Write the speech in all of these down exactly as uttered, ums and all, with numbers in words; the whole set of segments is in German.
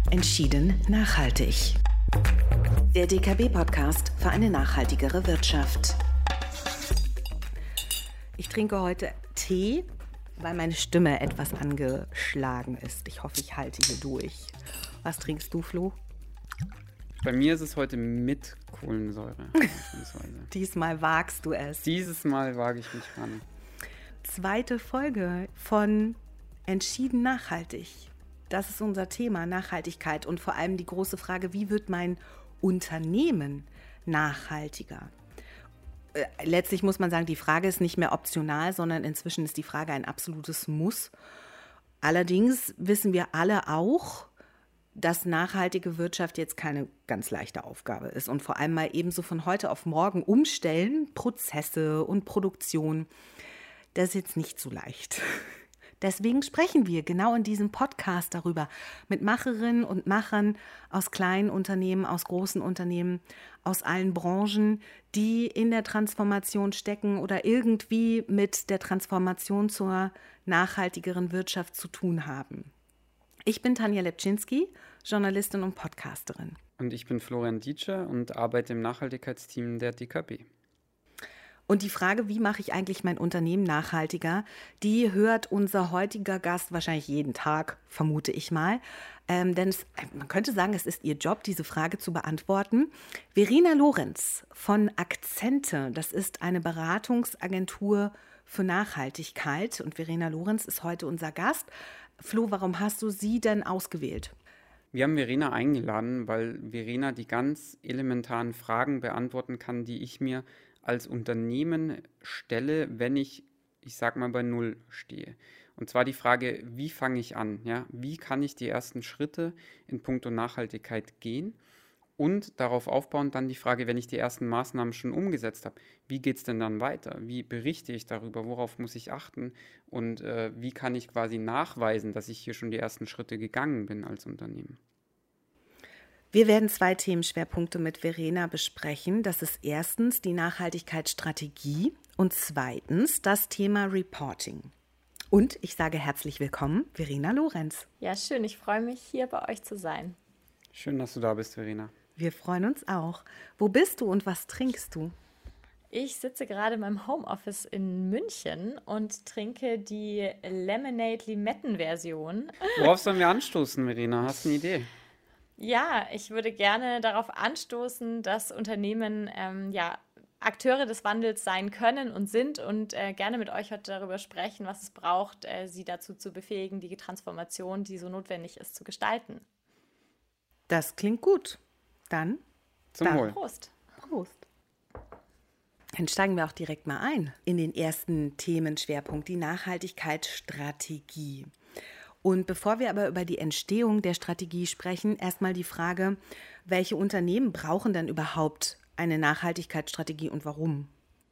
Entschieden nachhaltig. Der D K B-Podcast für eine nachhaltigere Wirtschaft. Ich trinke heute Tee, weil meine Stimme etwas angeschlagen ist. Ich hoffe, ich halte hier durch. Was trinkst du, Flo? Bei mir ist es heute mit Kohlensäure. Diesmal wagst du es. Dieses Mal wage ich mich ran. Zweite Folge von Entschieden nachhaltig. Das ist unser Thema, Nachhaltigkeit und vor allem die große Frage, wie wird mein Unternehmen nachhaltiger? Äh, letztlich muss man sagen, die Frage ist nicht mehr optional, sondern inzwischen ist die Frage ein absolutes Muss. Allerdings wissen wir alle auch, dass nachhaltige Wirtschaft jetzt keine ganz leichte Aufgabe ist und vor allem mal ebenso von heute auf morgen umstellen, Prozesse und Produktion, das ist jetzt nicht so leicht. Deswegen sprechen wir genau in diesem Podcast darüber mit Macherinnen und Machern aus kleinen Unternehmen, aus großen Unternehmen, aus allen Branchen, die in der Transformation stecken oder irgendwie mit der Transformation zur nachhaltigeren Wirtschaft zu tun haben. Ich bin Tanja Lepczynski, Journalistin und Podcasterin. Und ich bin Florian Dietscher und arbeite im Nachhaltigkeitsteam der D K B. Und die Frage, wie mache ich eigentlich mein Unternehmen nachhaltiger, die hört unser heutiger Gast wahrscheinlich jeden Tag, vermute ich mal. Ähm, denn es, man könnte sagen, es ist ihr Job, diese Frage zu beantworten. Verena Lorenz von Akzente, das ist eine Beratungsagentur für Nachhaltigkeit. Und Verena Lorenz ist heute unser Gast. Flo, warum hast du sie denn ausgewählt? Wir haben Verena eingeladen, weil Verena die ganz elementaren Fragen beantworten kann, die ich mir als Unternehmen stelle, wenn ich, ich sag mal, bei Null stehe. Und zwar die Frage, wie fange ich an? Ja? Wie kann ich die ersten Schritte in puncto Nachhaltigkeit gehen? Und darauf aufbauend dann die Frage, wenn ich die ersten Maßnahmen schon umgesetzt habe, wie geht es denn dann weiter? Wie berichte ich darüber? Worauf muss ich achten? Und äh, wie kann ich quasi nachweisen, dass ich hier schon die ersten Schritte gegangen bin als Unternehmen? Wir werden zwei Themenschwerpunkte mit Verena besprechen. Das ist erstens die Nachhaltigkeitsstrategie und zweitens das Thema Reporting. Und ich sage herzlich willkommen, Verena Lorenz. Ja, schön. Ich freue mich, hier bei euch zu sein. Schön, dass du da bist, Verena. Wir freuen uns auch. Wo bist du und was trinkst du? Ich sitze gerade in meinem Homeoffice in München und trinke die Lemonade-Limetten-Version. Worauf sollen wir anstoßen, Verena? Hast du eine Idee? Ja, ich würde gerne darauf anstoßen, dass Unternehmen ähm, ja, Akteure des Wandels sein können und sind und äh, gerne mit euch heute darüber sprechen, was es braucht, äh, sie dazu zu befähigen, die Transformation, die so notwendig ist, zu gestalten. Das klingt gut. Dann zum Wohl. Prost. Prost. Dann steigen wir auch direkt mal ein in den ersten Themenschwerpunkt, die Nachhaltigkeitsstrategie. Und bevor wir aber über die Entstehung der Strategie sprechen, erstmal die Frage, welche Unternehmen brauchen denn überhaupt eine Nachhaltigkeitsstrategie und warum?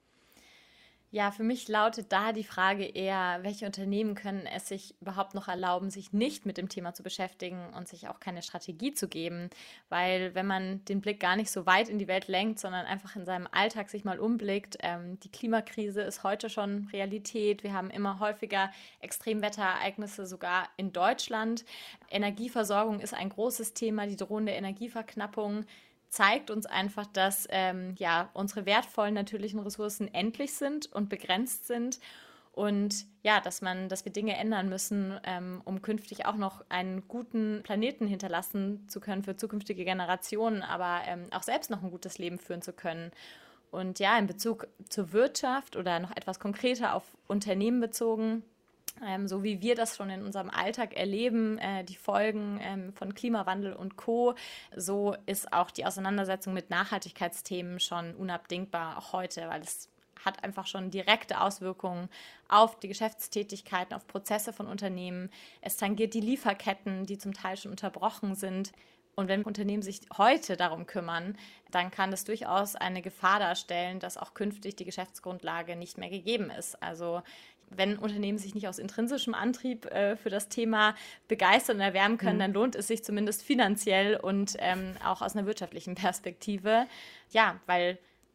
Ja, für mich lautet da die Frage eher, welche Unternehmen können es sich überhaupt noch erlauben, sich nicht mit dem Thema zu beschäftigen und sich auch keine Strategie zu geben. Weil wenn man den Blick gar nicht so weit in die Welt lenkt, sondern einfach in seinem Alltag sich mal umblickt, ähm, die Klimakrise ist heute schon Realität. Wir haben immer häufiger Extremwetterereignisse, sogar in Deutschland. Energieversorgung ist ein großes Thema, die drohende Energieverknappung zeigt uns einfach, dass ähm, ja, unsere wertvollen natürlichen Ressourcen endlich sind und begrenzt sind und ja, dass man, dass wir Dinge ändern müssen, ähm, um künftig auch noch einen guten Planeten hinterlassen zu können für zukünftige Generationen, aber ähm, auch selbst noch ein gutes Leben führen zu können. Und ja, in Bezug zur Wirtschaft oder noch etwas konkreter auf Unternehmen bezogen, Ähm, so wie wir das schon in unserem Alltag erleben, äh, die Folgen ähm, von Klimawandel und Co., so ist auch die Auseinandersetzung mit Nachhaltigkeitsthemen schon unabdingbar, auch heute, weil es hat einfach schon direkte Auswirkungen auf die Geschäftstätigkeiten, auf Prozesse von Unternehmen. Es tangiert die Lieferketten, die zum Teil schon unterbrochen sind. Und wenn Unternehmen sich heute darum kümmern, dann kann das durchaus eine Gefahr darstellen, dass auch künftig die Geschäftsgrundlage nicht mehr gegeben ist. Also wenn Unternehmen sich nicht aus intrinsischem Antrieb äh, für das Thema begeistern und erwärmen können, mhm. dann lohnt es sich zumindest finanziell und ähm, auch aus einer wirtschaftlichen Perspektive. Ja, weil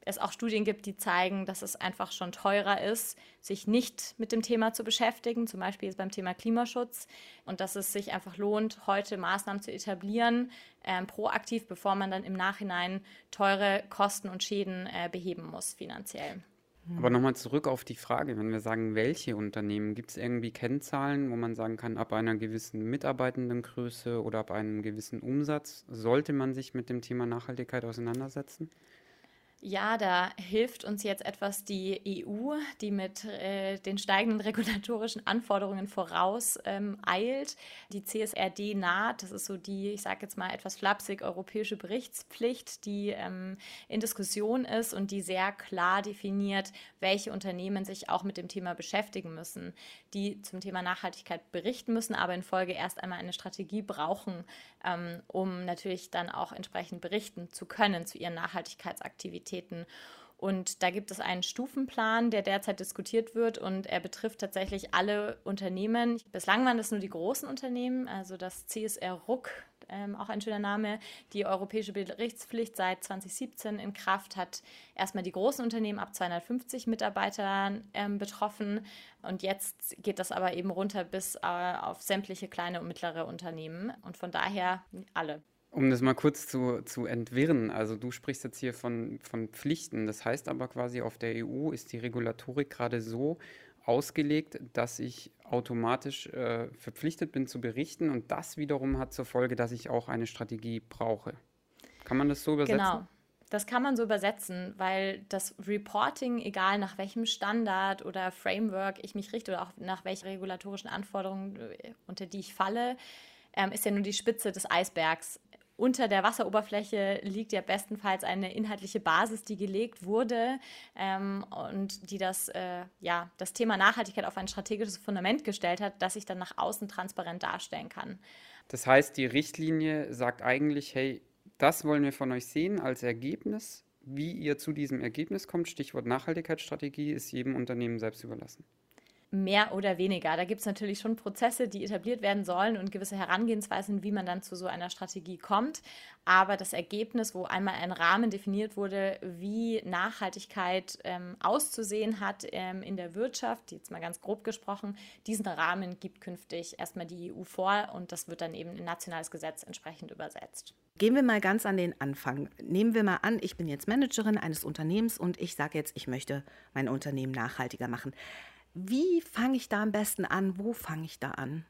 es auch Studien gibt, die zeigen, dass es einfach schon teurer ist, sich nicht mit dem Thema zu beschäftigen, zum Beispiel jetzt beim Thema Klimaschutz, und dass es sich einfach lohnt, heute Maßnahmen zu etablieren, äh, proaktiv, bevor man dann im Nachhinein teure Kosten und Schäden äh, beheben muss finanziell. Aber nochmal zurück auf die Frage, wenn wir sagen, welche Unternehmen, gibt es irgendwie Kennzahlen, wo man sagen kann, ab einer gewissen Mitarbeitendengröße oder ab einem gewissen Umsatz sollte man sich mit dem Thema Nachhaltigkeit auseinandersetzen? Ja, da hilft uns jetzt etwas die E U, die mit äh, den steigenden regulatorischen Anforderungen voraus ähm, eilt. Die C S R D naht, das ist so die, ich sage jetzt mal etwas flapsig, europäische Berichtspflicht, die ähm, in Diskussion ist und die sehr klar definiert, welche Unternehmen sich auch mit dem Thema beschäftigen müssen, die zum Thema Nachhaltigkeit berichten müssen, aber in Folge erst einmal eine Strategie brauchen, ähm, um natürlich dann auch entsprechend berichten zu können zu ihren Nachhaltigkeitsaktivitäten. Und da gibt es einen Stufenplan, der derzeit diskutiert wird, und er betrifft tatsächlich alle Unternehmen. Bislang waren das nur die großen Unternehmen, also das C S R R U C, ähm, auch ein schöner Name. Die europäische Berichtspflicht seit zwanzig siebzehn in Kraft, hat erstmal die großen Unternehmen ab zweihundertfünfzig Mitarbeitern ähm, betroffen. Und jetzt geht das aber eben runter bis äh, auf sämtliche kleine und mittlere Unternehmen und von daher alle. Um das mal kurz zu, zu entwirren, also du sprichst jetzt hier von, von Pflichten, das heißt aber quasi auf der E U ist die Regulatorik gerade so ausgelegt, dass ich automatisch äh, verpflichtet bin zu berichten, und das wiederum hat zur Folge, dass ich auch eine Strategie brauche. Kann man das so übersetzen? Genau. Das kann man so übersetzen, weil das Reporting, egal nach welchem Standard oder Framework ich mich richte oder auch nach welchen regulatorischen Anforderungen, unter die ich falle, ähm, ist ja nur die Spitze des Eisbergs. Unter der Wasseroberfläche liegt ja bestenfalls eine inhaltliche Basis, die gelegt wurde ähm, und die das, äh, ja, das Thema Nachhaltigkeit auf ein strategisches Fundament gestellt hat, das ich dann nach außen transparent darstellen kann. Das heißt, die Richtlinie sagt eigentlich, hey, das wollen wir von euch sehen als Ergebnis. Wie ihr zu diesem Ergebnis kommt, Stichwort Nachhaltigkeitsstrategie, ist jedem Unternehmen selbst überlassen. Mehr oder weniger. Da gibt es natürlich schon Prozesse, die etabliert werden sollen und gewisse Herangehensweisen, wie man dann zu so einer Strategie kommt. Aber das Ergebnis, wo einmal ein Rahmen definiert wurde, wie Nachhaltigkeit ähm, auszusehen hat ähm, in der Wirtschaft, jetzt mal ganz grob gesprochen, diesen Rahmen gibt künftig erstmal die E U vor und das wird dann eben in nationales Gesetz entsprechend übersetzt. Gehen wir mal ganz an den Anfang. Nehmen wir mal an, ich bin jetzt Managerin eines Unternehmens und ich sage jetzt, ich möchte mein Unternehmen nachhaltiger machen. Wie fange ich da am besten an? Wo fange ich da an?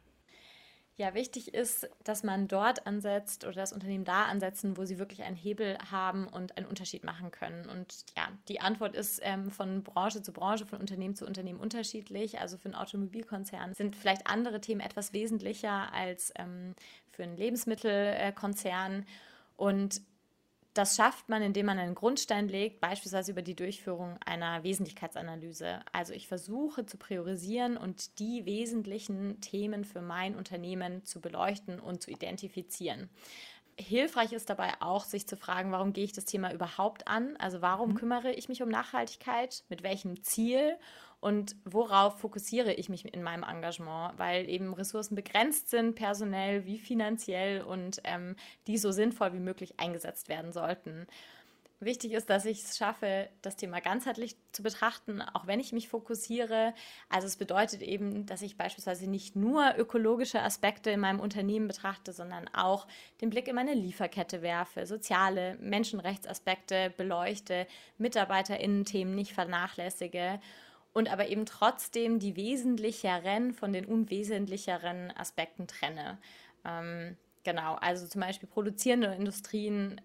Ja, wichtig ist, dass man dort ansetzt oder das Unternehmen da ansetzen, wo sie wirklich einen Hebel haben und einen Unterschied machen können. Und ja, die Antwort ist ähm, von Branche zu Branche, von Unternehmen zu Unternehmen unterschiedlich. Also für einen Automobilkonzern sind vielleicht andere Themen etwas wesentlicher als ähm, für einen Lebensmittelkonzern. Und das schafft man, indem man einen Grundstein legt, beispielsweise über die Durchführung einer Wesentlichkeitsanalyse. Also ich versuche zu priorisieren und die wesentlichen Themen für mein Unternehmen zu beleuchten und zu identifizieren. Hilfreich ist dabei auch, sich zu fragen, warum gehe ich das Thema überhaupt an? Also warum mhm. kümmere ich mich um Nachhaltigkeit? Mit welchem Ziel? Und worauf fokussiere ich mich in meinem Engagement? Weil eben Ressourcen begrenzt sind, personell wie finanziell, und ähm, die so sinnvoll wie möglich eingesetzt werden sollten. Wichtig ist, dass ich es schaffe, das Thema ganzheitlich zu betrachten, auch wenn ich mich fokussiere. Also es bedeutet eben, dass ich beispielsweise nicht nur ökologische Aspekte in meinem Unternehmen betrachte, sondern auch den Blick in meine Lieferkette werfe, soziale, Menschenrechtsaspekte beleuchte, MitarbeiterInnen-Themen nicht vernachlässige und aber eben trotzdem die wesentlicheren von den unwesentlicheren Aspekten trenne. Ähm, genau, also zum Beispiel produzierende Industrien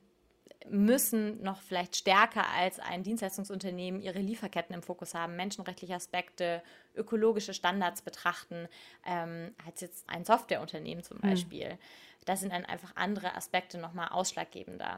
müssen noch vielleicht stärker als ein Dienstleistungsunternehmen ihre Lieferketten im Fokus haben, menschenrechtliche Aspekte, ökologische Standards betrachten, ähm, als jetzt ein Softwareunternehmen zum Beispiel. Mhm. Das sind dann einfach andere Aspekte nochmal ausschlaggebender.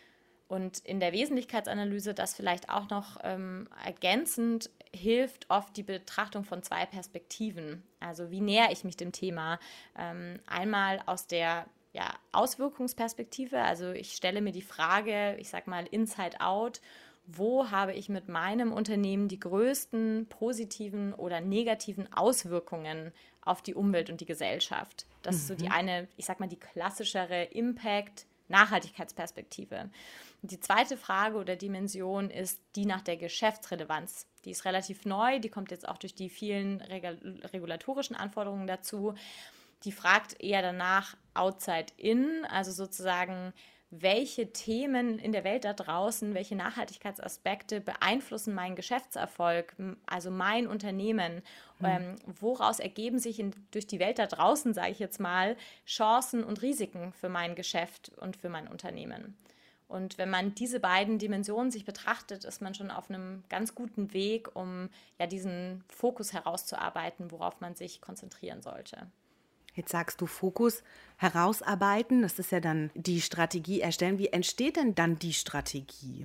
Und in der Wesentlichkeitsanalyse, das vielleicht auch noch ähm, ergänzend, hilft oft die Betrachtung von zwei Perspektiven. Also wie nähere ich mich dem Thema? Ähm, einmal aus der ja, Auswirkungsperspektive, also ich stelle mir die Frage, ich sage mal Inside Out, wo habe ich mit meinem Unternehmen die größten positiven oder negativen Auswirkungen auf die Umwelt und die Gesellschaft? Das mhm. ist so die eine, ich sage mal die klassischere Impact- Nachhaltigkeitsperspektive. Und die zweite Frage oder Dimension ist die nach der Geschäftsrelevanz. Die ist relativ neu, die kommt jetzt auch durch die vielen regul- regulatorischen Anforderungen dazu. Die fragt eher danach outside in, also sozusagen, welche Themen in der Welt da draußen, welche Nachhaltigkeitsaspekte beeinflussen meinen Geschäftserfolg, also mein Unternehmen, mhm. ähm, woraus ergeben sich in, durch die Welt da draußen, sage ich jetzt mal, Chancen und Risiken für mein Geschäft und für mein Unternehmen. Und wenn man diese beiden Dimensionen sich betrachtet, ist man schon auf einem ganz guten Weg, um ja diesen Fokus herauszuarbeiten, worauf man sich konzentrieren sollte. Jetzt sagst du Fokus herausarbeiten, das ist ja dann die Strategie erstellen. Wie entsteht denn dann die Strategie?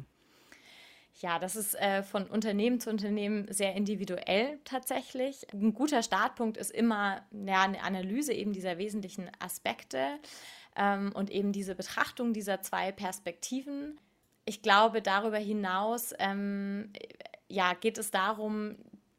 Ja, das ist äh, von Unternehmen zu Unternehmen sehr individuell tatsächlich. Ein guter Startpunkt ist immer ja, eine Analyse eben dieser wesentlichen Aspekte ähm, und eben diese Betrachtung dieser zwei Perspektiven. Ich glaube, darüber hinaus ähm, ja, geht es darum,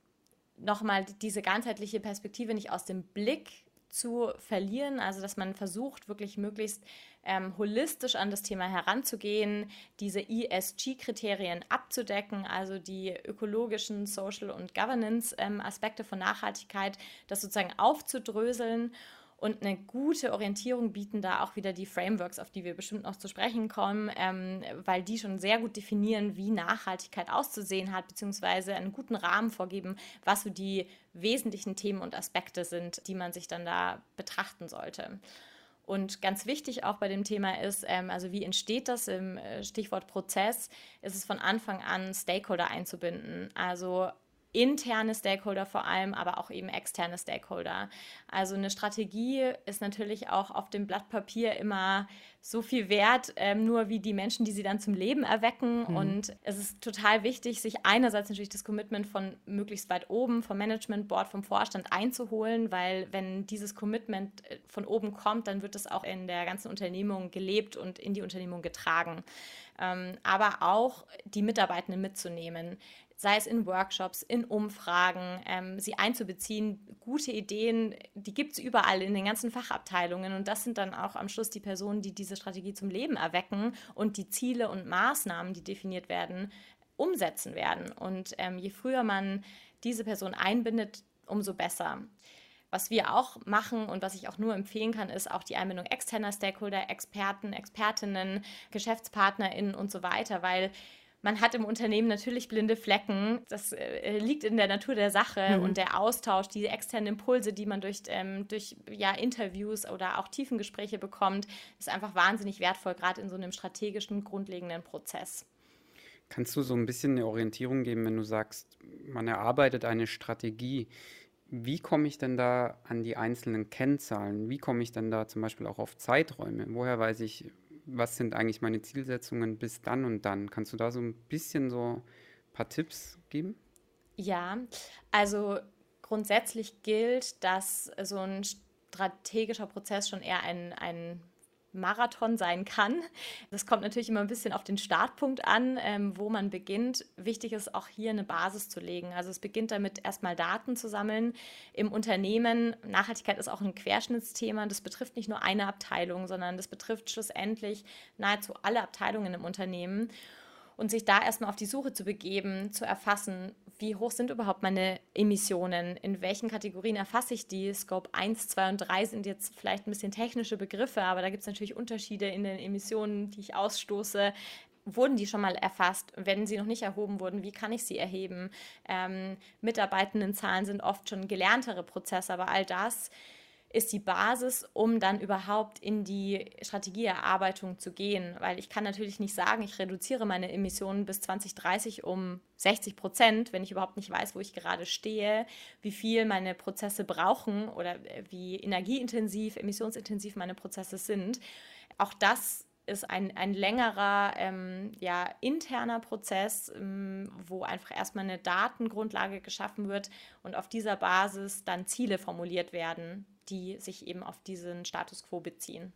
nochmal diese ganzheitliche Perspektive nicht aus dem Blick zu verlieren, also dass man versucht, wirklich möglichst ähm, holistisch an das Thema heranzugehen, diese E S G-Kriterien abzudecken, also die ökologischen, Social- und Governance-Aspekte ähm, von Nachhaltigkeit, das sozusagen aufzudröseln. Und eine gute Orientierung bieten da auch wieder die Frameworks, auf die wir bestimmt noch zu sprechen kommen, ähm, weil die schon sehr gut definieren, wie Nachhaltigkeit auszusehen hat, beziehungsweise einen guten Rahmen vorgeben, was so die wesentlichen Themen und Aspekte sind, die man sich dann da betrachten sollte. Und ganz wichtig auch bei dem Thema ist, ähm, also wie entsteht das im Stichwort Prozess, ist es von Anfang an, Stakeholder einzubinden. Also interne Stakeholder vor allem, aber auch eben externe Stakeholder. Also eine Strategie ist natürlich auch auf dem Blatt Papier immer so viel wert, ähm, nur wie die Menschen, die sie dann zum Leben erwecken. Mhm. Und es ist total wichtig, sich einerseits natürlich das Commitment von möglichst weit oben, vom Management Board, vom Vorstand einzuholen, weil wenn dieses Commitment von oben kommt, dann wird es auch in der ganzen Unternehmung gelebt und in die Unternehmung getragen. Ähm, aber auch die Mitarbeitenden mitzunehmen, sei es in Workshops, in Umfragen, ähm, sie einzubeziehen. Gute Ideen, die gibt es überall in den ganzen Fachabteilungen und das sind dann auch am Schluss die Personen, die diese Strategie zum Leben erwecken und die Ziele und Maßnahmen, die definiert werden, umsetzen werden. Und ähm, je früher man diese Person einbindet, umso besser. Was wir auch machen und was ich auch nur empfehlen kann, ist auch die Einbindung externer Stakeholder, Experten, Expertinnen, GeschäftspartnerInnen und so weiter, weil man hat im Unternehmen natürlich blinde Flecken. Das äh, liegt in der Natur der Sache. Mhm. Und der Austausch, die externen Impulse, die man durch, ähm, durch ja, Interviews oder auch Tiefengespräche bekommt, ist einfach wahnsinnig wertvoll, gerade in so einem strategischen, grundlegenden Prozess. Kannst du so ein bisschen eine Orientierung geben, wenn du sagst, man erarbeitet eine Strategie? Wie komme ich denn da an die einzelnen Kennzahlen? Wie komme ich denn da zum Beispiel auch auf Zeiträume? Woher weiß ich, was sind eigentlich meine Zielsetzungen bis dann und dann? Kannst du da so ein bisschen so ein paar Tipps geben? Ja, also grundsätzlich gilt, dass so ein strategischer Prozess schon eher ein, ein Marathon sein kann. Das kommt natürlich immer ein bisschen auf den Startpunkt an, ähm, wo man beginnt. Wichtig ist auch hier eine Basis zu legen. Also es beginnt damit, erstmal Daten zu sammeln im Unternehmen. Nachhaltigkeit ist auch ein Querschnittsthema. Das betrifft nicht nur eine Abteilung, sondern das betrifft schlussendlich nahezu alle Abteilungen im Unternehmen. Und sich da erstmal auf die Suche zu begeben, zu erfassen, wie hoch sind überhaupt meine Emissionen, in welchen Kategorien erfasse ich die. Scope eins, zwei und drei sind jetzt vielleicht ein bisschen technische Begriffe, aber da gibt es natürlich Unterschiede in den Emissionen, die ich ausstoße. Wurden die schon mal erfasst? Wenn sie noch nicht erhoben wurden, wie kann ich sie erheben? Ähm, Mitarbeitendenzahlen sind oft schon gelerntere Prozesse, aber all das ist die Basis, um dann überhaupt in die Strategieerarbeitung zu gehen. Weil ich kann natürlich nicht sagen, ich reduziere meine Emissionen bis zwanzig dreißig um sechzig Prozent, wenn ich überhaupt nicht weiß, wo ich gerade stehe, wie viel meine Prozesse brauchen oder wie energieintensiv, emissionsintensiv meine Prozesse sind. Auch das ist ein, ein längerer ähm, ja, interner Prozess, ähm, wo einfach erstmal eine Datengrundlage geschaffen wird und auf dieser Basis dann Ziele formuliert werden, die sich eben auf diesen Status quo beziehen.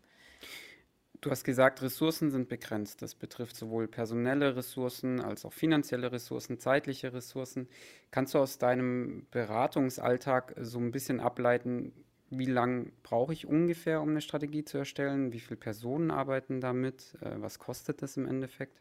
Du hast gesagt, Ressourcen sind begrenzt. Das betrifft sowohl personelle Ressourcen als auch finanzielle Ressourcen, zeitliche Ressourcen. Kannst du aus deinem Beratungsalltag so ein bisschen ableiten, Wie lange brauche ich ungefähr, um eine Strategie zu erstellen? Wie viele Personen arbeiten damit? Äh, was kostet das im Endeffekt?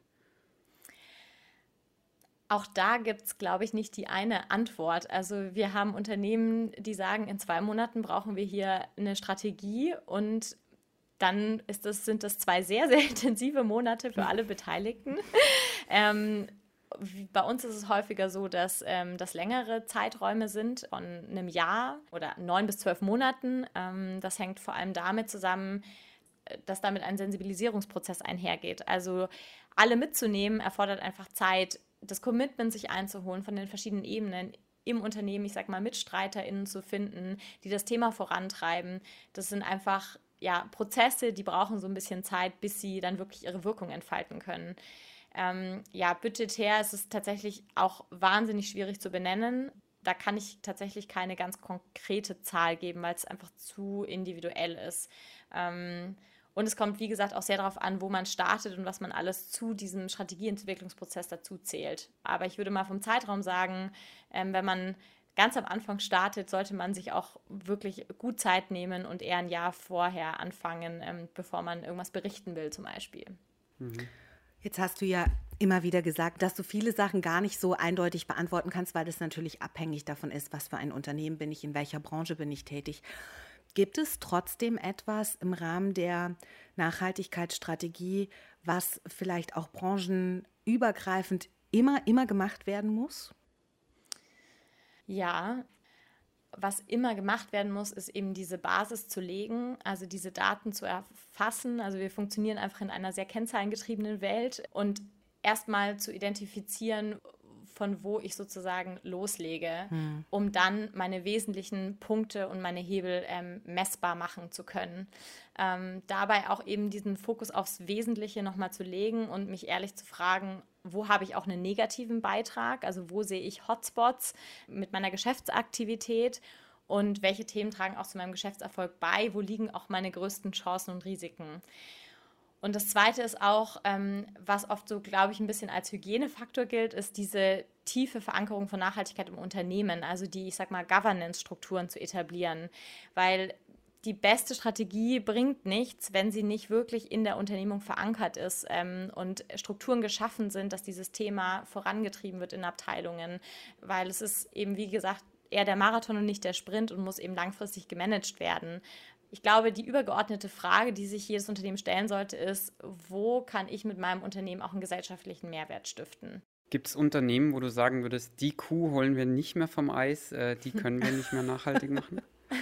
Auch da gibt es, glaube ich, nicht die eine Antwort. Also wir haben Unternehmen, die sagen, in zwei Monaten brauchen wir hier eine Strategie und dann ist das, sind das zwei sehr, sehr intensive Monate für alle Beteiligten. ähm, Bei uns ist es häufiger so, dass ähm, das längere Zeiträume sind, von einem Jahr oder neun bis zwölf Monaten. Ähm, das hängt vor allem damit zusammen, dass damit ein Sensibilisierungsprozess einhergeht. Also alle mitzunehmen erfordert einfach Zeit, das Commitment sich einzuholen von den verschiedenen Ebenen im Unternehmen, ich sag mal MitstreiterInnen zu finden, die das Thema vorantreiben. Das sind einfach ja, Prozesse, die brauchen so ein bisschen Zeit, bis sie dann wirklich ihre Wirkung entfalten können. Ähm, ja, budgetär ist es tatsächlich auch wahnsinnig schwierig zu benennen. Da kann ich tatsächlich keine ganz konkrete Zahl geben, weil es einfach zu individuell ist. Ähm, und es kommt, wie gesagt, auch sehr darauf an, wo man startet und was man alles zu diesem Strategieentwicklungsprozess dazu zählt. Aber ich würde mal vom Zeitraum sagen, ähm, wenn man ganz am Anfang startet, sollte man sich auch wirklich gut Zeit nehmen und eher ein Jahr vorher anfangen, ähm, bevor man irgendwas berichten will zum Beispiel. Mhm. Jetzt hast du ja immer wieder gesagt, dass du viele Sachen gar nicht so eindeutig beantworten kannst, weil das natürlich abhängig davon ist, was für ein Unternehmen bin ich, in welcher Branche bin ich tätig. Gibt es trotzdem etwas im Rahmen der Nachhaltigkeitsstrategie, was vielleicht auch branchenübergreifend immer, immer gemacht werden muss? Ja, was immer gemacht werden muss, ist eben diese Basis zu legen, also diese Daten zu erfassen. Also wir funktionieren einfach in einer sehr kennzahlengetriebenen Welt und erstmal zu identifizieren, von wo ich sozusagen loslege, hm. um dann meine wesentlichen Punkte und meine Hebel ähm, messbar machen zu können. Ähm, dabei auch eben diesen Fokus aufs Wesentliche nochmal zu legen und mich ehrlich zu fragen, wo habe ich auch einen negativen Beitrag, also wo sehe ich Hotspots mit meiner Geschäftsaktivität und welche Themen tragen auch zu meinem Geschäftserfolg bei, wo liegen auch meine größten Chancen und Risiken. Und das Zweite ist auch, ähm, was oft so, glaube ich, ein bisschen als Hygienefaktor gilt, ist diese tiefe Verankerung von Nachhaltigkeit im Unternehmen, also die, ich sag mal, Governance-Strukturen zu etablieren, weil die beste Strategie bringt nichts, wenn sie nicht wirklich in der Unternehmung verankert ist ähm, und Strukturen geschaffen sind, dass dieses Thema vorangetrieben wird in Abteilungen, weil es ist eben, wie gesagt, eher der Marathon und nicht der Sprint und muss eben langfristig gemanagt werden. Ich glaube, die übergeordnete Frage, die sich jedes Unternehmen stellen sollte, ist, wo kann ich mit meinem Unternehmen auch einen gesellschaftlichen Mehrwert stiften? Gibt es Unternehmen, wo du sagen würdest, die Kuh holen wir nicht mehr vom Eis, äh, die können wir nicht mehr nachhaltig machen?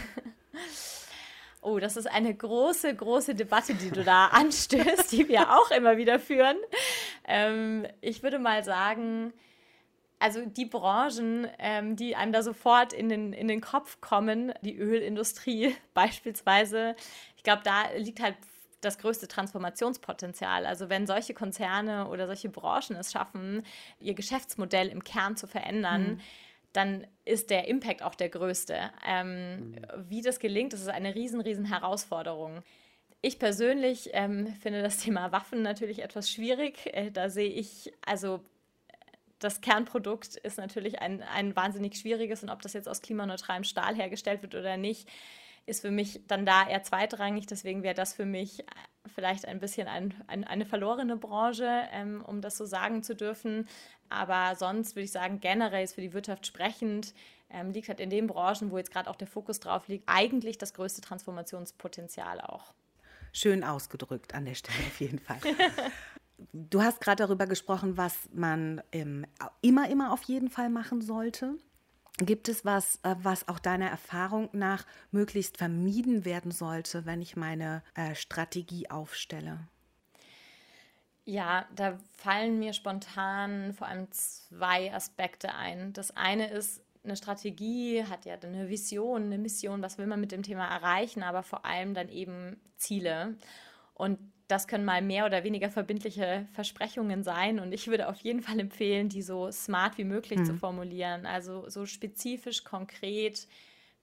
Oh, das ist eine große, große Debatte, die du da anstößt, die wir auch immer wieder führen. Ähm, ich würde mal sagen, also die Branchen, ähm, die einem da sofort in den, in den Kopf kommen, die Ölindustrie beispielsweise, ich glaube, da liegt halt das größte Transformationspotenzial. Also wenn solche Konzerne oder solche Branchen es schaffen, ihr Geschäftsmodell im Kern zu verändern, hm. dann ist der Impact auch der größte. Ähm, mhm. Wie das gelingt, das ist eine riesen, riesen Herausforderung. Ich persönlich ähm, finde das Thema Waffen natürlich etwas schwierig. Äh, da sehe ich, also das Kernprodukt ist natürlich ein, ein wahnsinnig schwieriges und ob das jetzt aus klimaneutralem Stahl hergestellt wird oder nicht, ist für mich dann da eher zweitrangig. Deswegen wäre das für mich vielleicht ein bisschen ein, ein, eine verlorene Branche, ähm, um das so sagen zu dürfen. Aber sonst würde ich sagen, generell ist für die Wirtschaft sprechend, ähm, liegt halt in den Branchen, wo jetzt gerade auch der Fokus drauf liegt, eigentlich das größte Transformationspotenzial auch. Schön ausgedrückt an der Stelle auf jeden Fall. Du hast gerade darüber gesprochen, was man ähm, immer, immer auf jeden Fall machen sollte. Gibt es was, äh, was auch deiner Erfahrung nach möglichst vermieden werden sollte, wenn ich meine äh, Strategie aufstelle? Ja, da fallen mir spontan vor allem zwei Aspekte ein. Das eine ist, eine Strategie hat ja eine Vision, eine Mission, was will man mit dem Thema erreichen, aber vor allem dann eben Ziele. Und das können mal mehr oder weniger verbindliche Versprechungen sein. Und ich würde auf jeden Fall empfehlen, die so smart wie möglich mhm. zu formulieren. Also so spezifisch, konkret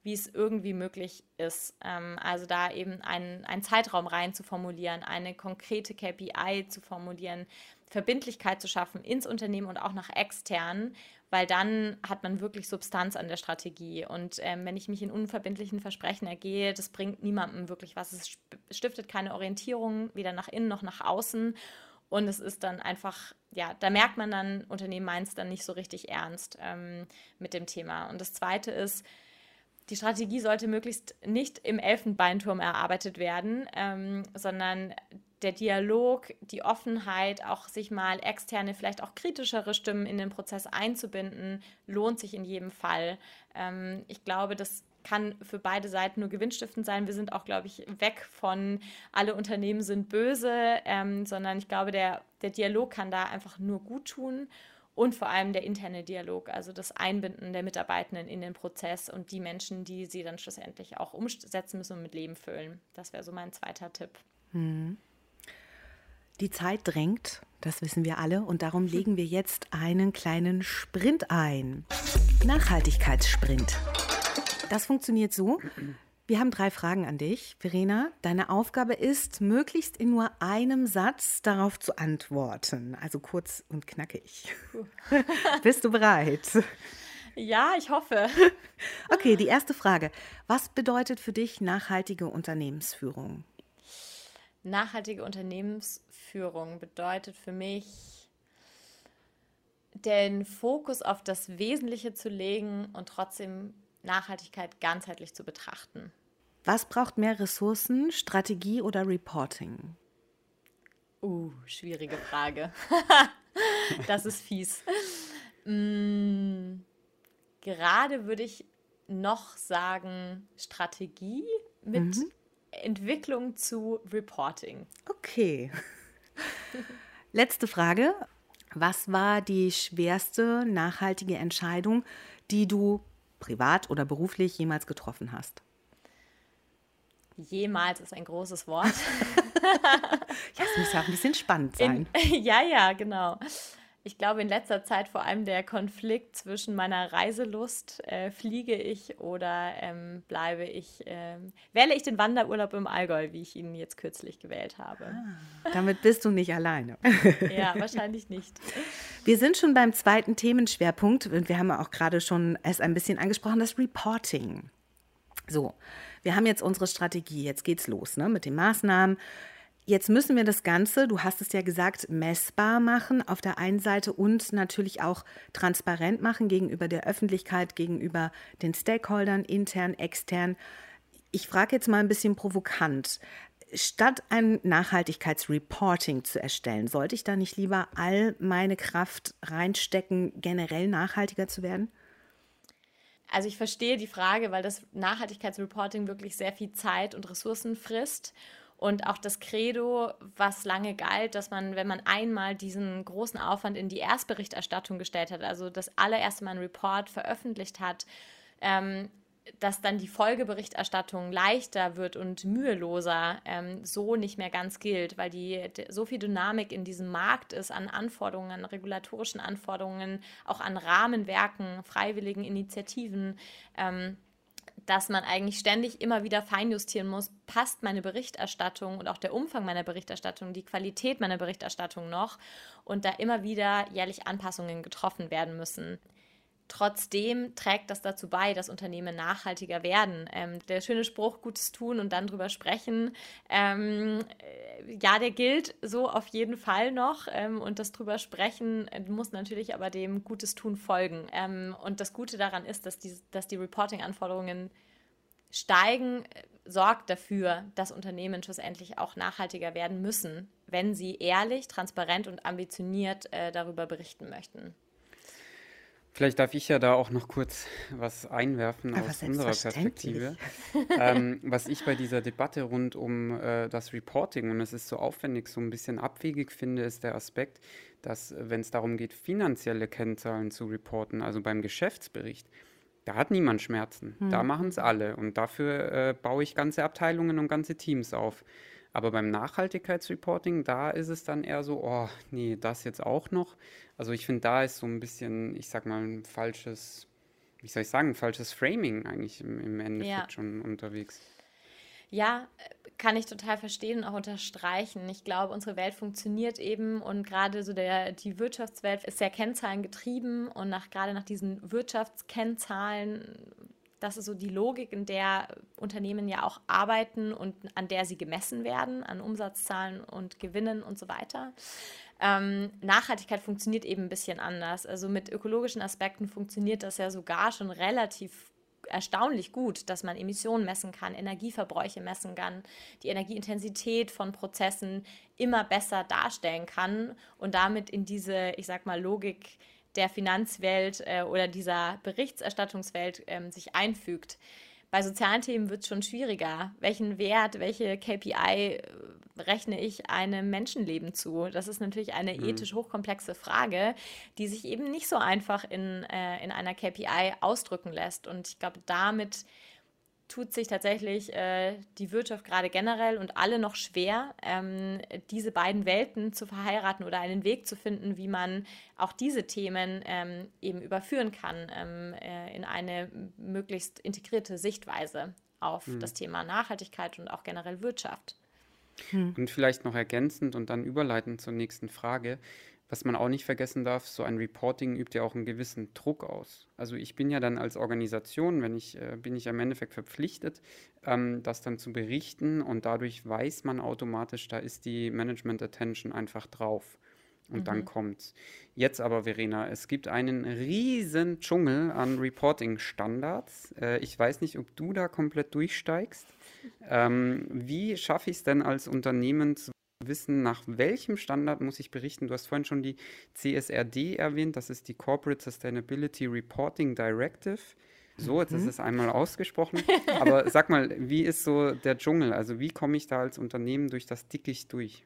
wie es irgendwie möglich ist. Ähm, also da eben einen, einen Zeitraum rein zu formulieren, eine konkrete K P I zu formulieren, Verbindlichkeit zu schaffen ins Unternehmen und auch nach extern, weil dann hat man wirklich Substanz an der Strategie. Und ähm, wenn ich mich in unverbindlichen Versprechen ergehe, das bringt niemandem wirklich was. Es stiftet keine Orientierung, weder nach innen noch nach außen. Und es ist dann einfach, ja, da merkt man dann, Unternehmen meint es dann nicht so richtig ernst ähm, mit dem Thema. Und das Zweite ist, die Strategie sollte möglichst nicht im Elfenbeinturm erarbeitet werden, ähm, sondern der Dialog, die Offenheit, auch sich mal externe, vielleicht auch kritischere Stimmen in den Prozess einzubinden, lohnt sich in jedem Fall. Ähm, ich glaube, das kann für beide Seiten nur gewinnstiftend sein. Wir sind auch, glaube ich, weg von alle Unternehmen sind böse, ähm, sondern ich glaube, der, der Dialog kann da einfach nur gut tun. Und vor allem der interne Dialog, also das Einbinden der Mitarbeitenden in den Prozess und die Menschen, die sie dann schlussendlich auch umsetzen müssen und mit Leben füllen. Das wäre so mein zweiter Tipp. Hm. Die Zeit drängt, das wissen wir alle, und darum legen wir jetzt einen kleinen Sprint ein. Nachhaltigkeitssprint. Das funktioniert so. Wir haben drei Fragen an dich, Verena. Deine Aufgabe ist, möglichst in nur einem Satz darauf zu antworten. Also kurz und knackig. Bist du bereit? Ja, ich hoffe. Okay, die erste Frage. Was bedeutet für dich nachhaltige Unternehmensführung? Nachhaltige Unternehmensführung bedeutet für mich, den Fokus auf das Wesentliche zu legen und trotzdem Nachhaltigkeit ganzheitlich zu betrachten. Was braucht mehr Ressourcen, Strategie oder Reporting? Uh, schwierige Frage. Das ist fies. Mm, gerade würde ich noch sagen Strategie mit mhm. Entwicklung zu Reporting. Okay. Letzte Frage. Was war die schwerste nachhaltige Entscheidung, die du privat oder beruflich jemals getroffen hast? Jemals ist ein großes Wort. Ja, es muss ja auch ein bisschen spannend sein. In, ja, ja, genau. Ich glaube, in letzter Zeit vor allem der Konflikt zwischen meiner Reiselust, äh, fliege ich oder ähm, bleibe ich, äh, wähle ich den Wanderurlaub im Allgäu, wie ich ihn jetzt kürzlich gewählt habe. Ah, damit bist du nicht alleine. Ja, wahrscheinlich nicht. Wir sind schon beim zweiten Themenschwerpunkt und wir haben auch gerade schon es ein bisschen angesprochen, das Reporting. So, wir haben jetzt unsere Strategie, jetzt geht's los, ne, mit den Maßnahmen. Jetzt müssen wir das Ganze, du hast es ja gesagt, messbar machen auf der einen Seite und natürlich auch transparent machen gegenüber der Öffentlichkeit, gegenüber den Stakeholdern, intern, extern. Ich frage jetzt mal ein bisschen provokant. Statt ein Nachhaltigkeitsreporting zu erstellen, sollte ich da nicht lieber all meine Kraft reinstecken, generell nachhaltiger zu werden? Also ich verstehe die Frage, weil das Nachhaltigkeitsreporting wirklich sehr viel Zeit und Ressourcen frisst. Und auch das Credo, was lange galt, dass man, wenn man einmal diesen großen Aufwand in die Erstberichterstattung gestellt hat, also das allererste Mal einen Report veröffentlicht hat, ähm, dass dann die Folgeberichterstattung leichter wird und müheloser, ähm, so nicht mehr ganz gilt, weil die, die, so viel Dynamik in diesem Markt ist an Anforderungen, an regulatorischen Anforderungen, auch an Rahmenwerken, freiwilligen Initiativen, ähm, dass man eigentlich ständig immer wieder feinjustieren muss, passt meine Berichterstattung und auch der Umfang meiner Berichterstattung, die Qualität meiner Berichterstattung noch und da immer wieder jährlich Anpassungen getroffen werden müssen. Trotzdem trägt das dazu bei, dass Unternehmen nachhaltiger werden. Ähm, der schöne Spruch, Gutes tun und dann drüber sprechen, ähm, äh, ja, der gilt so auf jeden Fall noch. Ähm, und das drüber sprechen äh, muss natürlich aber dem Gutes tun folgen. Ähm, und das Gute daran ist, dass die, dass die Reporting-Anforderungen steigen, äh, sorgt dafür, dass Unternehmen schlussendlich auch nachhaltiger werden müssen, wenn sie ehrlich, transparent und ambitioniert äh, darüber berichten möchten. Vielleicht darf ich ja da auch noch kurz was einwerfen Aber aus unserer Perspektive. ähm, was ich bei dieser Debatte rund um äh, das Reporting, und es ist so aufwendig, so ein bisschen abwegig finde, ist der Aspekt, dass, wenn es darum geht, finanzielle Kennzahlen zu reporten, also beim Geschäftsbericht, da hat niemand Schmerzen. Hm. Da machen es alle. Und dafür äh, baue ich ganze Abteilungen und ganze Teams auf. Aber beim Nachhaltigkeitsreporting, da ist es dann eher so, oh, nee, das jetzt auch noch. Also ich finde, da ist so ein bisschen, ich sag mal, ein falsches, wie soll ich sagen, falsches Framing eigentlich im, im Endeffekt Ja. schon unterwegs. Ja, kann ich total verstehen und auch unterstreichen. Ich glaube, unsere Welt funktioniert eben und gerade so der, die Wirtschaftswelt ist sehr kennzahlengetrieben und nach, gerade nach diesen Wirtschaftskennzahlen, das ist so die Logik, in der Unternehmen ja auch arbeiten und an der sie gemessen werden, an Umsatzzahlen und Gewinnen und so weiter. Ähm, Nachhaltigkeit funktioniert eben ein bisschen anders. Also mit ökologischen Aspekten funktioniert das ja sogar schon relativ erstaunlich gut, dass man Emissionen messen kann, Energieverbräuche messen kann, die Energieintensität von Prozessen immer besser darstellen kann und damit in diese, ich sag mal, Logik der Finanzwelt äh, oder dieser Berichterstattungswelt ähm, sich einfügt. Bei sozialen Themen wird es schon schwieriger. Welchen Wert, welche K P I äh, rechne ich einem Menschenleben zu? Das ist natürlich eine Mhm. ethisch hochkomplexe Frage, die sich eben nicht so einfach in, äh, in einer K P I ausdrücken lässt. Und ich glaube, damit tut sich tatsächlich äh, die Wirtschaft gerade generell und alle noch schwer, ähm, diese beiden Welten zu verheiraten oder einen Weg zu finden, wie man auch diese Themen ähm, eben überführen kann ähm, äh, in eine möglichst integrierte Sichtweise auf Mhm. das Thema Nachhaltigkeit und auch generell Wirtschaft. Und vielleicht noch ergänzend und dann überleitend zur nächsten Frage, was man auch nicht vergessen darf, so ein Reporting übt ja auch einen gewissen Druck aus. Also ich bin ja dann als Organisation, wenn ich, äh, bin ich ja im Endeffekt verpflichtet, ähm, das dann zu berichten und dadurch weiß man automatisch, da ist die Management Attention einfach drauf. Und dann Mhm. kommt's. Jetzt aber, Verena, es gibt einen riesen Dschungel an Reporting-Standards. Äh, ich weiß nicht, ob du da komplett durchsteigst. Ähm, wie schaffe ich es denn als Unternehmen zu wissen, nach welchem Standard muss ich berichten? Du hast vorhin schon die C S R D erwähnt, das ist die Corporate Sustainability Reporting Directive. So, jetzt ist Mhm. es einmal ausgesprochen. Aber sag mal, wie ist so der Dschungel? Also wie komme ich da als Unternehmen durch das Dickicht durch?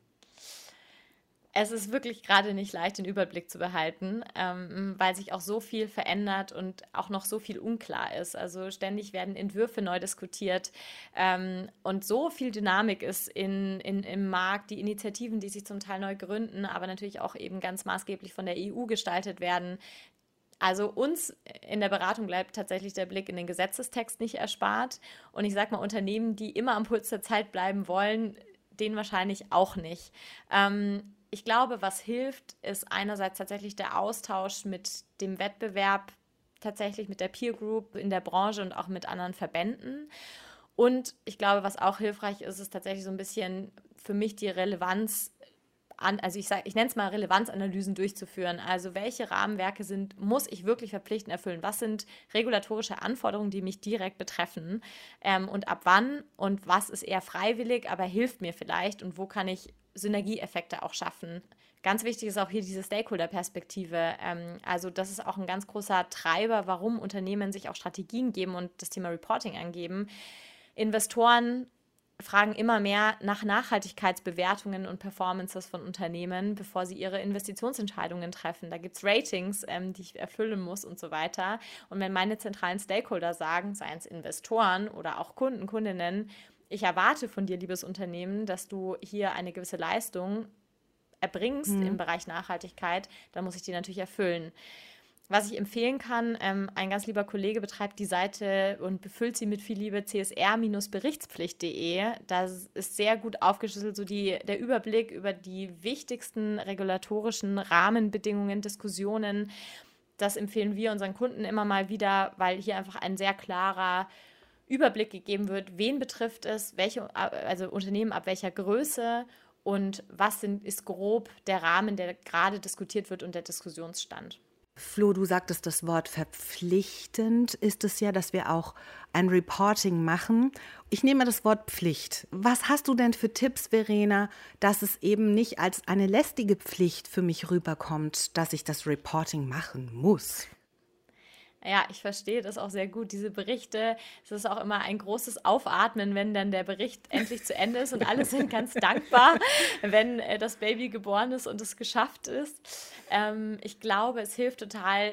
Es ist wirklich gerade nicht leicht, den Überblick zu behalten, ähm, weil sich auch so viel verändert und auch noch so viel unklar ist. Also ständig werden Entwürfe neu diskutiert ähm, und so viel Dynamik ist in, in, im Markt, die Initiativen, die sich zum Teil neu gründen, aber natürlich auch eben ganz maßgeblich von der E U gestaltet werden. Also uns in der Beratung bleibt tatsächlich der Blick in den Gesetzestext nicht erspart. Und ich sage mal, Unternehmen, die immer am Puls der Zeit bleiben wollen, denen wahrscheinlich auch nicht. Ähm, ich glaube, was hilft, ist einerseits tatsächlich der Austausch mit dem Wettbewerb, tatsächlich mit der Peer Group in der Branche und auch mit anderen Verbänden. Und ich glaube, was auch hilfreich ist, ist tatsächlich so ein bisschen für mich die Relevanz an, also ich sage, ich nenne es mal Relevanzanalysen durchzuführen. Also welche Rahmenwerke sind, muss ich wirklich verpflichtend erfüllen? Was sind regulatorische Anforderungen, die mich direkt betreffen? Ähm, und ab wann? Und was ist eher freiwillig, aber hilft mir vielleicht? Und wo kann ich Synergieeffekte auch schaffen? Ganz wichtig ist auch hier diese Stakeholder-Perspektive. Ähm, also das ist auch ein ganz großer Treiber, warum Unternehmen sich auch Strategien geben und das Thema Reporting angeben. Investoren fragen immer mehr nach Nachhaltigkeitsbewertungen und Performances von Unternehmen, bevor sie ihre Investitionsentscheidungen treffen. Da gibt es Ratings, ähm, die ich erfüllen muss und so weiter. Und wenn meine zentralen Stakeholder sagen, seien es Investoren oder auch Kunden, Kundinnen, ich erwarte von dir, liebes Unternehmen, dass du hier eine gewisse Leistung erbringst Mhm. im Bereich Nachhaltigkeit, dann muss ich die natürlich erfüllen. Was ich empfehlen kann, ähm, ein ganz lieber Kollege betreibt die Seite und befüllt sie mit viel Liebe, c s r Bindestrich berichtspflicht punkt d e. Da ist sehr gut aufgeschlüsselt so die, der Überblick über die wichtigsten regulatorischen Rahmenbedingungen, Diskussionen. Das empfehlen wir unseren Kunden immer mal wieder, weil hier einfach ein sehr klarer Überblick gegeben wird, wen betrifft es, welche, also Unternehmen ab welcher Größe und was sind, ist grob der Rahmen, der gerade diskutiert wird und der Diskussionsstand. Flo, du sagtest das Wort verpflichtend, ist es ja, dass wir auch ein Reporting machen. Ich nehme das Wort Pflicht. Was hast du denn für Tipps, Verena, dass es eben nicht als eine lästige Pflicht für mich rüberkommt, dass ich das Reporting machen muss? Ja, ich verstehe das auch sehr gut. Diese Berichte, es ist auch immer ein großes Aufatmen, wenn dann der Bericht endlich zu Ende ist und alle sind ganz dankbar, wenn äh, das Baby geboren ist und es geschafft ist. Ähm, ich glaube, es hilft total,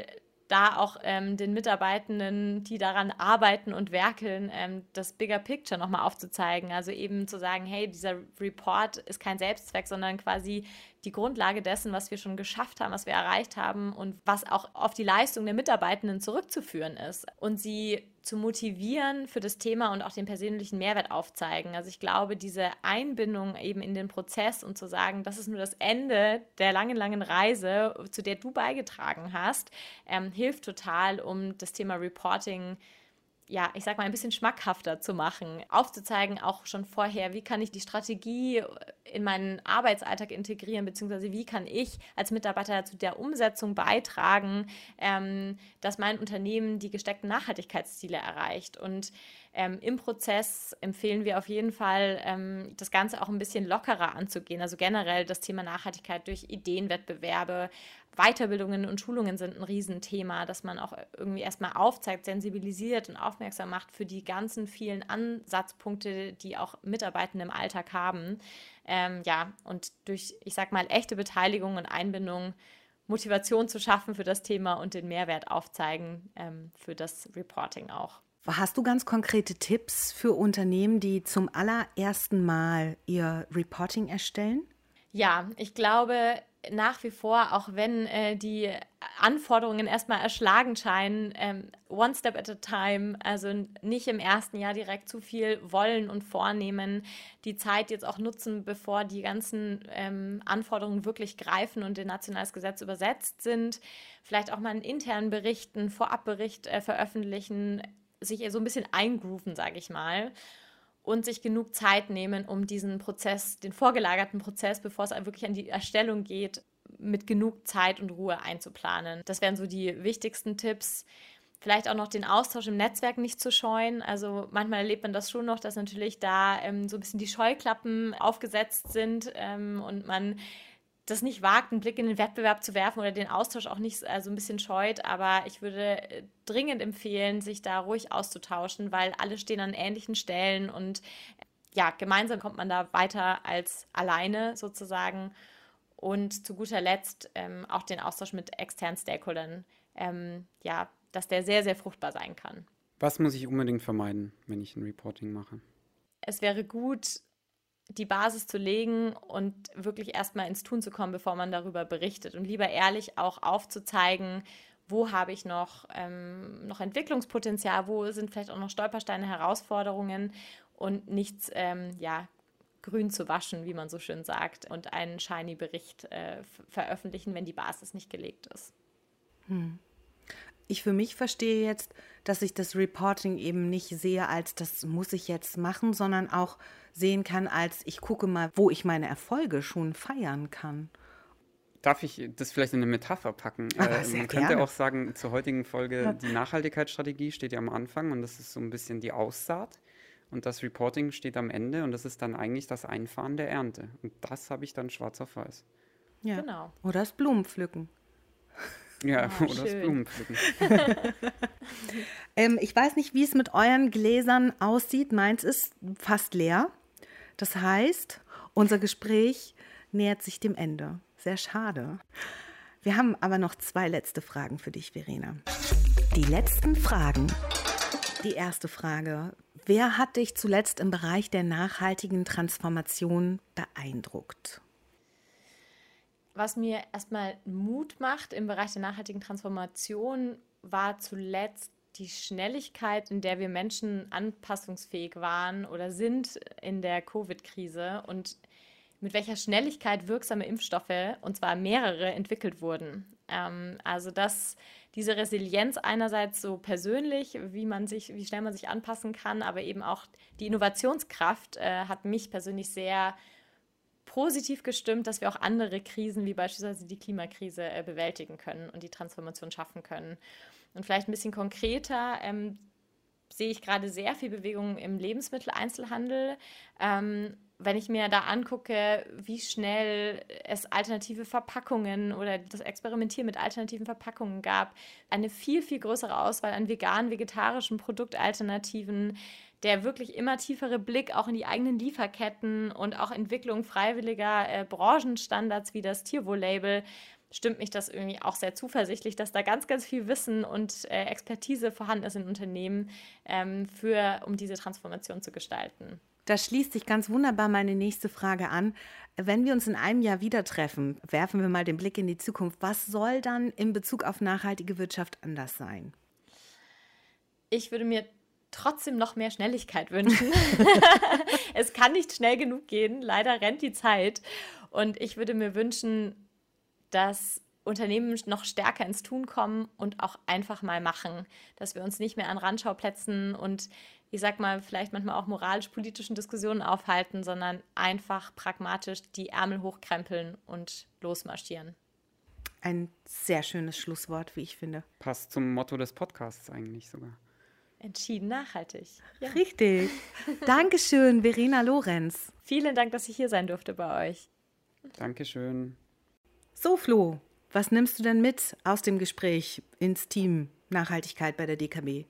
da auch ähm, den Mitarbeitenden, die daran arbeiten und werkeln, ähm, das Bigger Picture nochmal aufzuzeigen. Also eben zu sagen, hey, dieser Report ist kein Selbstzweck, sondern quasi die Grundlage dessen, was wir schon geschafft haben, was wir erreicht haben und was auch auf die Leistung der Mitarbeitenden zurückzuführen ist. Und sie zu motivieren für das Thema und auch den persönlichen Mehrwert aufzeigen. Also ich glaube, diese Einbindung eben in den Prozess und zu sagen, das ist nur das Ende der langen, langen Reise, zu der du beigetragen hast, ähm, hilft total, um das Thema Reporting, ja, ich sag mal, ein bisschen schmackhafter zu machen, aufzuzeigen, auch schon vorher, wie kann ich die Strategie in meinen Arbeitsalltag integrieren, beziehungsweise wie kann ich als Mitarbeiter zu der Umsetzung beitragen, ähm, dass mein Unternehmen die gesteckten Nachhaltigkeitsziele erreicht. Und ähm, im Prozess empfehlen wir auf jeden Fall, ähm, das Ganze auch ein bisschen lockerer anzugehen. Also generell das Thema Nachhaltigkeit durch Ideenwettbewerbe, Weiterbildungen und Schulungen sind ein Riesenthema, dass man auch irgendwie erstmal aufzeigt, sensibilisiert und aufmerksam macht für die ganzen vielen Ansatzpunkte, die auch Mitarbeitende im Alltag haben. Ähm, ja, und durch, ich sag mal, echte Beteiligung und Einbindung Motivation zu schaffen für das Thema und den Mehrwert aufzeigen ähm, für das Reporting auch. Hast du ganz konkrete Tipps für Unternehmen, die zum allerersten Mal ihr Reporting erstellen? Ja, ich glaube nach wie vor, auch wenn äh, die Anforderungen erstmal erschlagend scheinen, ähm, one step at a time, also nicht im ersten Jahr direkt zu viel wollen und vornehmen, die Zeit jetzt auch nutzen, bevor die ganzen ähm, Anforderungen wirklich greifen und in nationales Gesetz übersetzt sind, vielleicht auch mal einen internen Bericht, einen Vorabbericht äh, veröffentlichen, sich so ein bisschen eingrooven, sage ich mal, und sich genug Zeit nehmen, um diesen Prozess, den vorgelagerten Prozess, bevor es wirklich an die Erstellung geht, mit genug Zeit und Ruhe einzuplanen. Das wären so die wichtigsten Tipps. Vielleicht auch noch den Austausch im Netzwerk nicht zu scheuen. Also manchmal erlebt man das schon noch, dass natürlich da ähm, so ein bisschen die Scheuklappen aufgesetzt sind ähm, und man das nicht wagt, einen Blick in den Wettbewerb zu werfen oder den Austausch auch nicht also ein bisschen scheut. Aber ich würde dringend empfehlen, sich da ruhig auszutauschen, weil alle stehen an ähnlichen Stellen und ja, gemeinsam kommt man da weiter als alleine sozusagen. Und zu guter Letzt ähm, auch den Austausch mit externen Stakeholdern, ähm, ja, dass der sehr, sehr fruchtbar sein kann. Was muss ich unbedingt vermeiden, wenn ich ein Reporting mache? Es wäre gut, die Basis zu legen und wirklich erstmal ins Tun zu kommen, bevor man darüber berichtet. Und lieber ehrlich auch aufzuzeigen, wo habe ich noch, ähm, noch Entwicklungspotenzial, wo sind vielleicht auch noch Stolpersteine, Herausforderungen und nichts, ähm, ja, grün zu waschen, wie man so schön sagt, und einen shiny Bericht äh, f- veröffentlichen, wenn die Basis nicht gelegt ist. Hm. Ich für mich verstehe jetzt, dass ich das Reporting eben nicht sehe als, das muss ich jetzt machen, sondern auch sehen kann als, ich gucke mal, wo ich meine Erfolge schon feiern kann. Darf ich das vielleicht in eine Metapher packen? Aber Äh, sehr man könnte gerne. auch sagen, zur heutigen Folge, Ja. die Nachhaltigkeitsstrategie steht ja am Anfang und das ist so ein bisschen die Aussaat. Und das Reporting steht am Ende und das ist dann eigentlich das Einfahren der Ernte. Und das habe ich dann schwarz auf weiß. Ja. Genau. Oder das Blumenpflücken. Ja, Ah, oder das schön. Blumenpflücken. Ähm, ich weiß nicht, wie es mit euren Gläsern aussieht. Meins ist fast leer. Das heißt, unser Gespräch nähert sich dem Ende. Sehr schade. Wir haben aber noch zwei letzte Fragen für dich, Verena. Die letzten Fragen. Die erste Frage. Wer hat dich zuletzt im Bereich der nachhaltigen Transformation beeindruckt? Was mir erstmal Mut macht im Bereich der nachhaltigen Transformation, war zuletzt die Schnelligkeit, in der wir Menschen anpassungsfähig waren oder sind in der Covid-Krise und mit welcher Schnelligkeit wirksame Impfstoffe, und zwar mehrere, entwickelt wurden. Ähm, also dass diese Resilienz einerseits so persönlich, wie man sich, wie schnell man sich anpassen kann, aber eben auch die Innovationskraft äh, hat mich persönlich sehr positiv gestimmt, dass wir auch andere Krisen, wie beispielsweise die Klimakrise, äh, bewältigen können und die Transformation schaffen können. Und vielleicht ein bisschen konkreter ähm, sehe ich gerade sehr viel Bewegung im Lebensmitteleinzelhandel. Ähm, wenn ich mir da angucke, wie schnell es alternative Verpackungen oder das Experimentieren mit alternativen Verpackungen gab, eine viel, viel größere Auswahl an veganen, vegetarischen Produktalternativen, der wirklich immer tiefere Blick auch in die eigenen Lieferketten und auch Entwicklung freiwilliger äh, Branchenstandards wie das Tierwohl-Label stimmt mich das irgendwie auch sehr zuversichtlich, dass da ganz, ganz viel Wissen und äh, Expertise vorhanden ist in Unternehmen, ähm, für, um diese Transformation zu gestalten. Da schließt sich ganz wunderbar meine nächste Frage an. Wenn wir uns in einem Jahr wieder treffen, werfen wir mal den Blick in die Zukunft. Was soll dann in Bezug auf nachhaltige Wirtschaft anders sein? Ich würde mir trotzdem noch mehr Schnelligkeit wünschen. Es kann nicht schnell genug gehen. Leider rennt die Zeit. Und ich würde mir wünschen, dass Unternehmen noch stärker ins Tun kommen und auch einfach mal machen. Dass wir uns nicht mehr an Randschauplätzen und ich sag mal, vielleicht manchmal auch moralisch-politischen Diskussionen aufhalten, sondern einfach pragmatisch die Ärmel hochkrempeln und losmarschieren. Ein sehr schönes Schlusswort, wie ich finde. Passt zum Motto des Podcasts eigentlich sogar. Entschieden nachhaltig. Ja. Richtig. Dankeschön, Verena Lorenz. Vielen Dank, dass ich hier sein durfte bei euch. Dankeschön. So, Flo, was nimmst du denn mit aus dem Gespräch ins Team Nachhaltigkeit bei der D K B?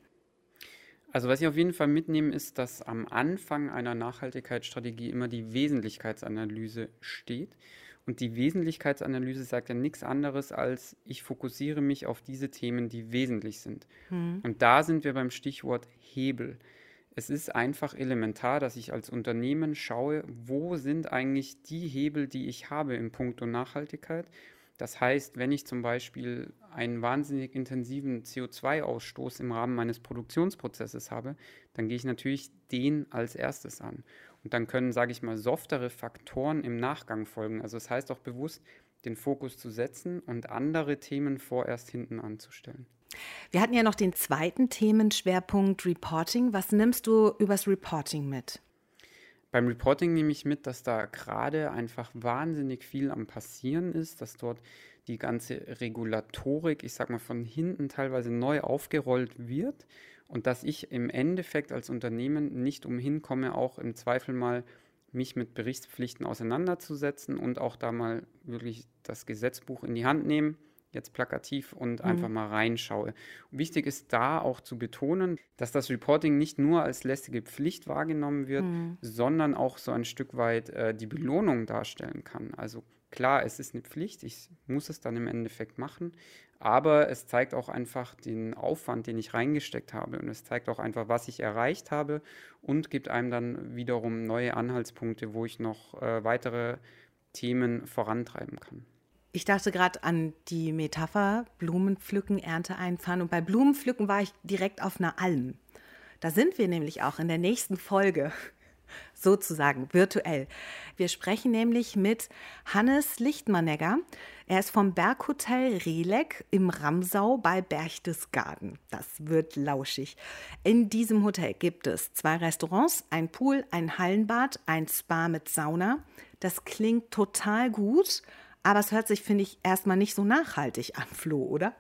Also was ich auf jeden Fall mitnehme, ist, dass am Anfang einer Nachhaltigkeitsstrategie immer die Wesentlichkeitsanalyse steht. Und die Wesentlichkeitsanalyse sagt ja nichts anderes als, ich fokussiere mich auf diese Themen, die wesentlich sind. Hm. Und da sind wir beim Stichwort Hebel. Es ist einfach elementar, dass ich als Unternehmen schaue, wo sind eigentlich die Hebel, die ich habe im Punkto Nachhaltigkeit. Das heißt, wenn ich zum Beispiel einen wahnsinnig intensiven C O zwei Ausstoß im Rahmen meines Produktionsprozesses habe, dann gehe ich natürlich den als erstes an. Und dann können, sage ich mal, softere Faktoren im Nachgang folgen. Also das heißt auch bewusst, den Fokus zu setzen und andere Themen vorerst hinten anzustellen. Wir hatten ja noch den zweiten Themenschwerpunkt Reporting. Was nimmst du übers Reporting mit? Beim Reporting nehme ich mit, dass da gerade einfach wahnsinnig viel am Passieren ist, dass dort die ganze Regulatorik, ich sag mal, von hinten teilweise neu aufgerollt wird und dass ich im Endeffekt als Unternehmen nicht umhin komme, auch im Zweifel mal mich mit Berichtspflichten auseinanderzusetzen und auch da mal wirklich das Gesetzbuch in die Hand nehmen, jetzt plakativ und mhm. einfach mal reinschaue. Wichtig ist da auch zu betonen, dass das Reporting nicht nur als lästige Pflicht wahrgenommen wird, mhm. sondern auch so ein Stück weit äh, die Belohnung darstellen kann. Also klar, es ist eine Pflicht, ich muss es dann im Endeffekt machen, aber es zeigt auch einfach den Aufwand, den ich reingesteckt habe und es zeigt auch einfach, was ich erreicht habe und gibt einem dann wiederum neue Anhaltspunkte, wo ich noch äh, weitere Themen vorantreiben kann. Ich dachte gerade an die Metapher Blumenpflücken, Ernte einfahren. Und bei Blumenpflücken war ich direkt auf einer Alm. Da sind wir nämlich auch in der nächsten Folge, sozusagen virtuell. Wir sprechen nämlich mit Hannes Lichtmanegger. Er ist vom Berghotel Relek im Ramsau bei Berchtesgaden. Das wird lauschig. In diesem Hotel gibt es zwei Restaurants, ein Pool, ein Hallenbad, ein Spa mit Sauna. Das klingt total gut. Aber es hört sich, finde ich, erstmal nicht so nachhaltig an, Flo, oder?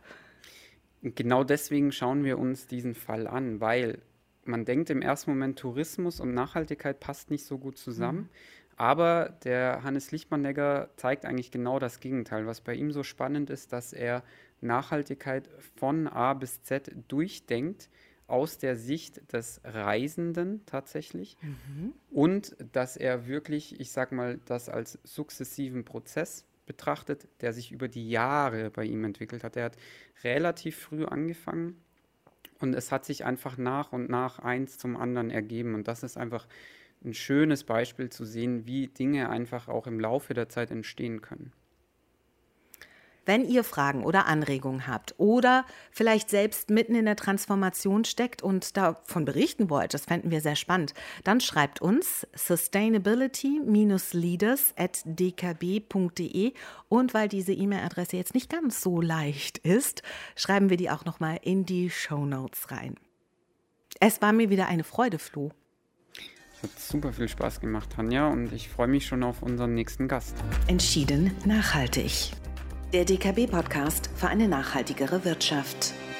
Genau deswegen schauen wir uns diesen Fall an, weil man denkt im ersten Moment, Tourismus und Nachhaltigkeit passt nicht so gut zusammen. Mhm. Aber der Hannes Lichtmanegger zeigt eigentlich genau das Gegenteil. Was bei ihm so spannend ist, dass er Nachhaltigkeit von A bis Z durchdenkt, aus der Sicht des Reisenden tatsächlich. Mhm. Und dass er wirklich, ich sag mal, das als sukzessiven Prozess betrachtet, der sich über die Jahre bei ihm entwickelt hat. Er hat relativ früh angefangen und es hat sich einfach nach und nach eins zum anderen ergeben. Und das ist einfach ein schönes Beispiel zu sehen, wie Dinge einfach auch im Laufe der Zeit entstehen können. Wenn ihr Fragen oder Anregungen habt oder vielleicht selbst mitten in der Transformation steckt und davon berichten wollt, das fänden wir sehr spannend, dann schreibt uns sustainability leaders at d k b punkt d e und weil diese E-Mail-Adresse jetzt nicht ganz so leicht ist, schreiben wir die auch nochmal in die Shownotes rein. Es war mir wieder eine Freude, Flo. Es hat super viel Spaß gemacht, Tanja, und ich freue mich schon auf unseren nächsten Gast. Entschieden nachhaltig. Der D K B-Podcast für eine nachhaltigere Wirtschaft.